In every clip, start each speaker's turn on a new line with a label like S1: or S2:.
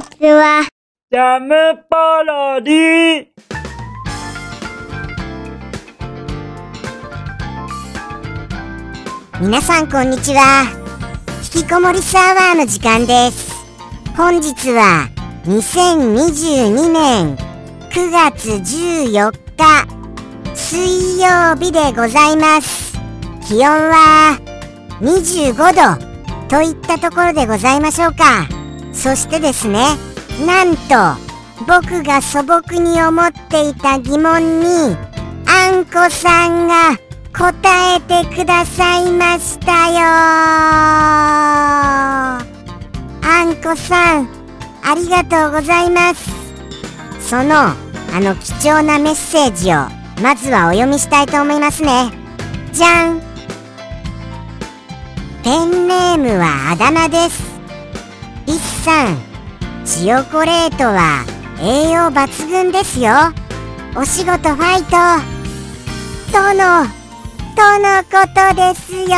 S1: ちは。
S2: ジャムパロディ。
S3: 皆さんこんにちは。引きこもりサーバーの時間です。本日は2022年9月14日水曜日でございます。気温は25度といったところでございましょうか。そしてですね、なんと僕が素朴に思っていた疑問にあんこさんが答えてくださいましたよ。あんこさん、ありがとうございます。その貴重なメッセージをまずはお読みしたいと思いますね。じゃん。ペンネームはあだ名です。リスさん、チヨコレートは栄養抜群ですよ。お仕事ファイトとのことですよ。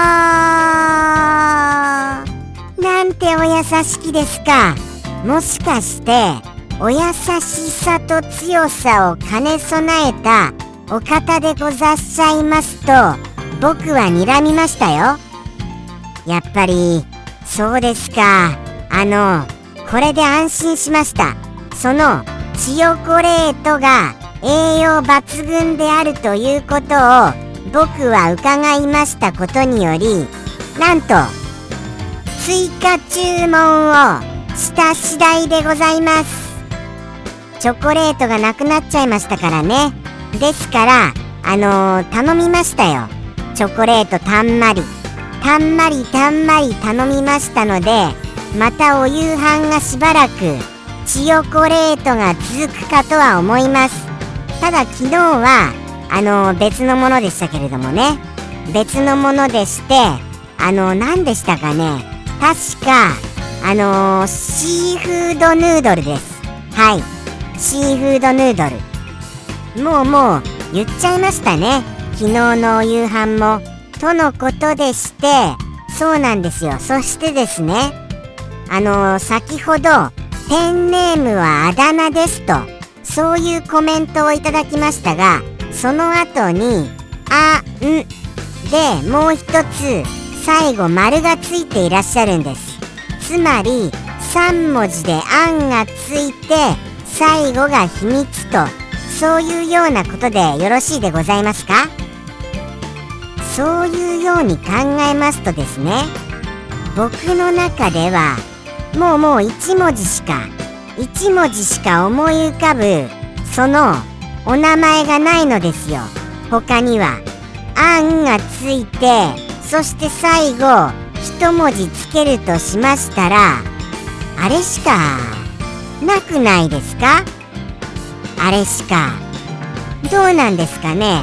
S3: なんてお優しきですか。もしかしてお優しさと強さを兼ね備えたお方でござっしゃいますと僕は睨みましたよ。やっぱりそうですか。これで安心しました。そのチヨコレートが栄養抜群であるということを僕は伺いましたことにより、なんと追加注文をした次第でございます。チョコレートがなくなっちゃいましたからね。ですから頼みましたよ。チョコレートたんまり頼みましたので、またお夕飯がしばらくチヨコレートが続くかとは思います。ただ昨日は別のものでしたけれどもね、別のものでして何でしたかね。確かシーフードヌードルです。はい、シーフードヌードル。もう言っちゃいましたね。昨日のお夕飯もとのことでして、そうなんですよ。そしてですね、先ほどペンネームはあだ名ですと、そういうコメントをいただきましたが、その後にあんでもう一つ最後丸がついていらっしゃるんです。つまり3文字であんがついて最後が秘密と、そういうようなことでよろしいでございますか。そういうように考えますとですね、僕の中ではもう1文字しか思い浮かぶそのお名前がないのですよ。他にはあんがついて、そして最後一文字つけるとしましたら、あれしかなくないですか。あれしか。どうなんですかね。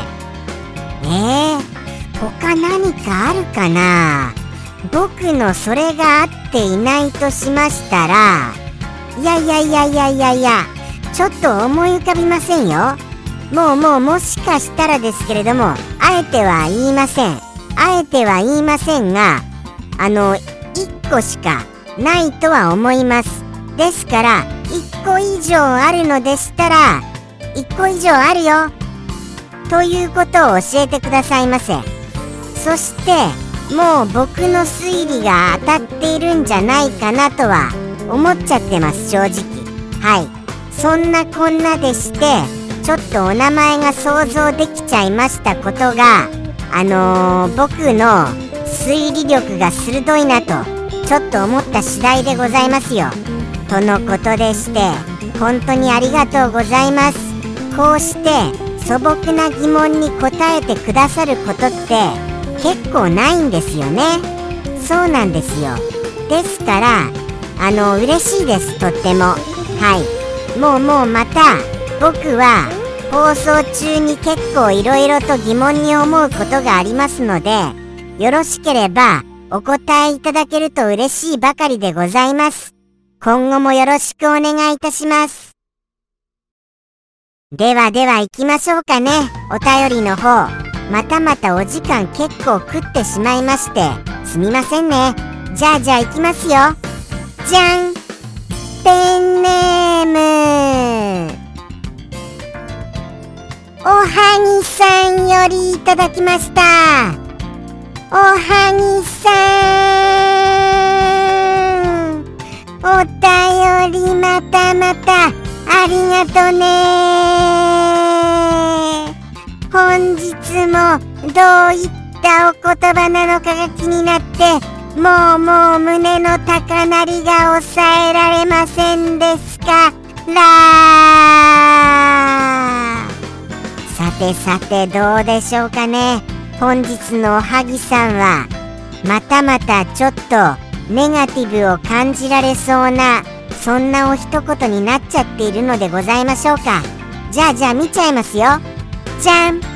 S3: 他何かあるかな。僕のそれが合っていないとしましたら、いやちょっと思い浮かびませんよ。もしかしたらですけれども、あえては言いませんが、1個しかないとは思います。ですから1個以上あるのでしたら、1個以上あるよということを教えてくださいませ。そしてもう僕の推理が当たっているんじゃないかなとは思っちゃってます、正直。はい、そんなこんなでして、ちょっとお名前が想像できちゃいましたことが、僕の推理力が鋭いなとちょっと思った次第でございますよ。とのことでして、本当にありがとうございます。こうして素朴な疑問に答えてくださることって結構ないんですよね。そうなんですよ。ですから嬉しいです、とっても。はい、もうまた僕は放送中に結構いろいろと疑問に思うことがありますので、よろしければお答えいただけると嬉しいばかりでございます。今後もよろしくお願いいたします。では行きましょうかね。お便りの方、またお時間結構食ってしまいましてすみませんね。じゃあ行きますよ。じゃん。 ペンネームおはぎさんよりいただきました。おはぎさん、お便りまたありがとね。本日もどういったお言葉なのかが気になってもう胸の高鳴りが抑えられませんですからさてどうでしょうかね。本日のおはぎさんはまたちょっとネガティブを感じられそうなそんなお一言になっちゃっているのでございましょうか。じゃあ見ちゃいますよ。じゃん。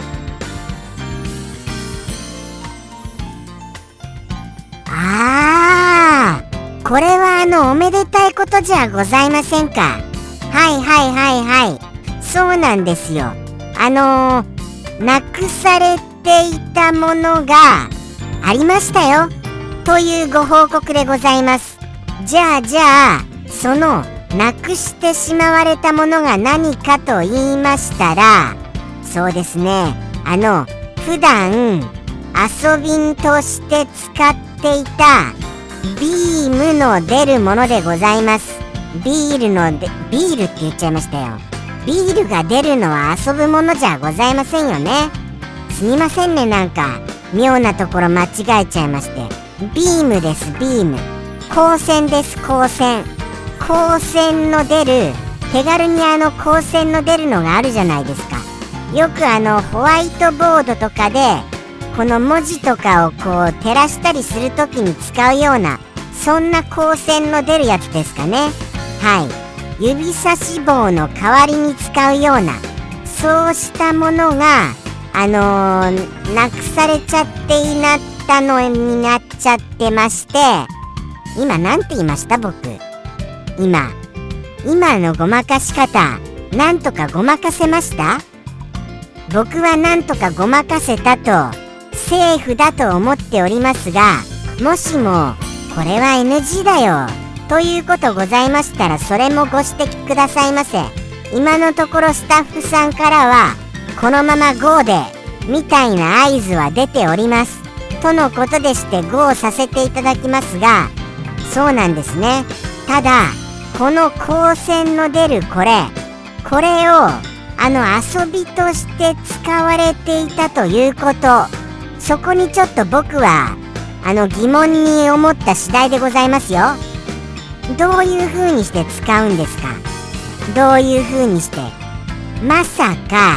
S3: これはおめでたいことじゃございませんか。はいそうなんですよ。なくされていたものがありましたよというご報告でございます。じゃあそのなくしてしまわれたものが何かと言いましたら、そうですね、普段遊びんとして使っていたビームの出るものでございます。ビールって言っちゃいましたよ。ビールが出るのは遊ぶものじゃございませんよね。すみませんね、なんか妙なところ間違えちゃいまして。ビームです、ビーム。光線です、光線。光線の出る、手軽に光線の出るのがあるじゃないですか。よくホワイトボードとかでこの文字とかをこう照らしたりするときに使うような、そんな光線の出るやつですかね。はい、指差し棒の代わりに使うような、そうしたものがなくされちゃっていなったのになっちゃってまして、今なんて言いました？僕今のごまかし方、なんとかごまかせました？僕はなんとかごまかせたとセーフだと思っておりますが、もしもこれは NG だよということございましたら、それもご指摘くださいませ。今のところスタッフさんからはこのまま GO でみたいな合図は出ておりますとのことでして GO させていただきますが、そうなんですね。ただこの光線の出るこれを遊びとして使われていたということ、そこにちょっと僕は疑問に思った次第でございますよ。どういう風にして使うんですか？どういう風にして？まさか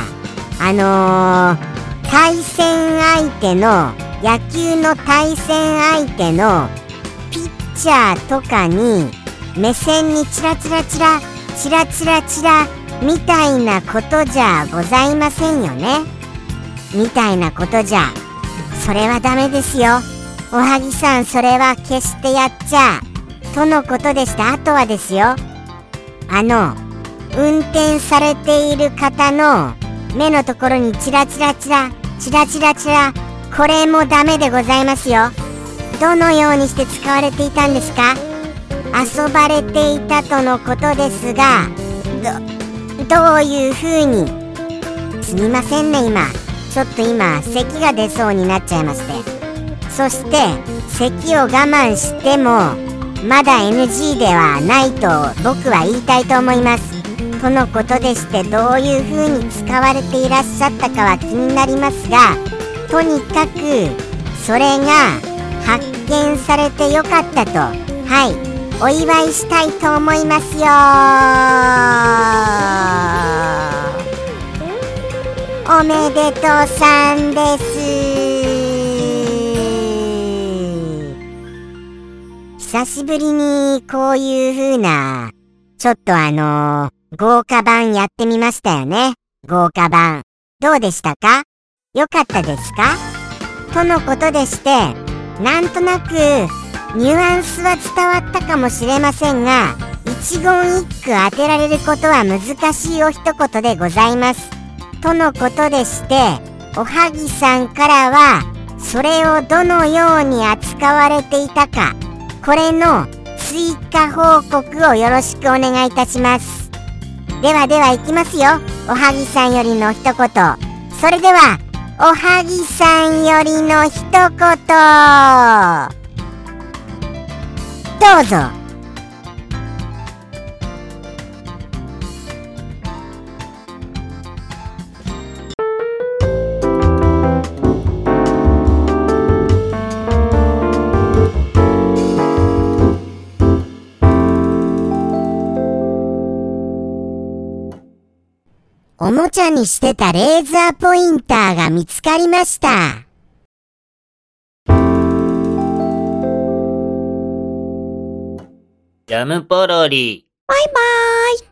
S3: 対戦相手の野球の対戦相手のピッチャーとかに目線にチラチラみたいなことじゃございませんよね。みたいなことじゃ、それはダメですよおはぎさん、それは決してやっちゃとのことでした。あとはですよ、運転されている方の目のところにチラチラ、これもダメでございますよ。どのようにして使われていたんですか？遊ばれていたとのことですが、どういう風に？すみませんね、ちょっと咳が出そうになっちゃいまして、そして咳を我慢してもまだ NG ではないと僕は言いたいと思いますとのことでして、どういう風に使われていらっしゃったかは気になりますが、とにかくそれが発見されてよかったと、お祝いしたいと思いますよ。おめでとうさんです。久しぶりにこういう風なちょっと豪華版やってみましたよね。豪華版どうでしたか？よかったですか？とのことでして、なんとなくニュアンスは伝わったかもしれませんが、一言一句当てられることは難しいお一言でございますとのことでして、おはぎさんからはそれをどのように扱われていたか、これの追加報告をよろしくお願いいたします。ではでは行きますよ。おはぎさんよりの一言。それではおはぎさんよりの一言、どうぞ。おもちゃにしてたレーザーポインターが見つかりました。
S2: ジャムポロリ。
S3: バイバーイ。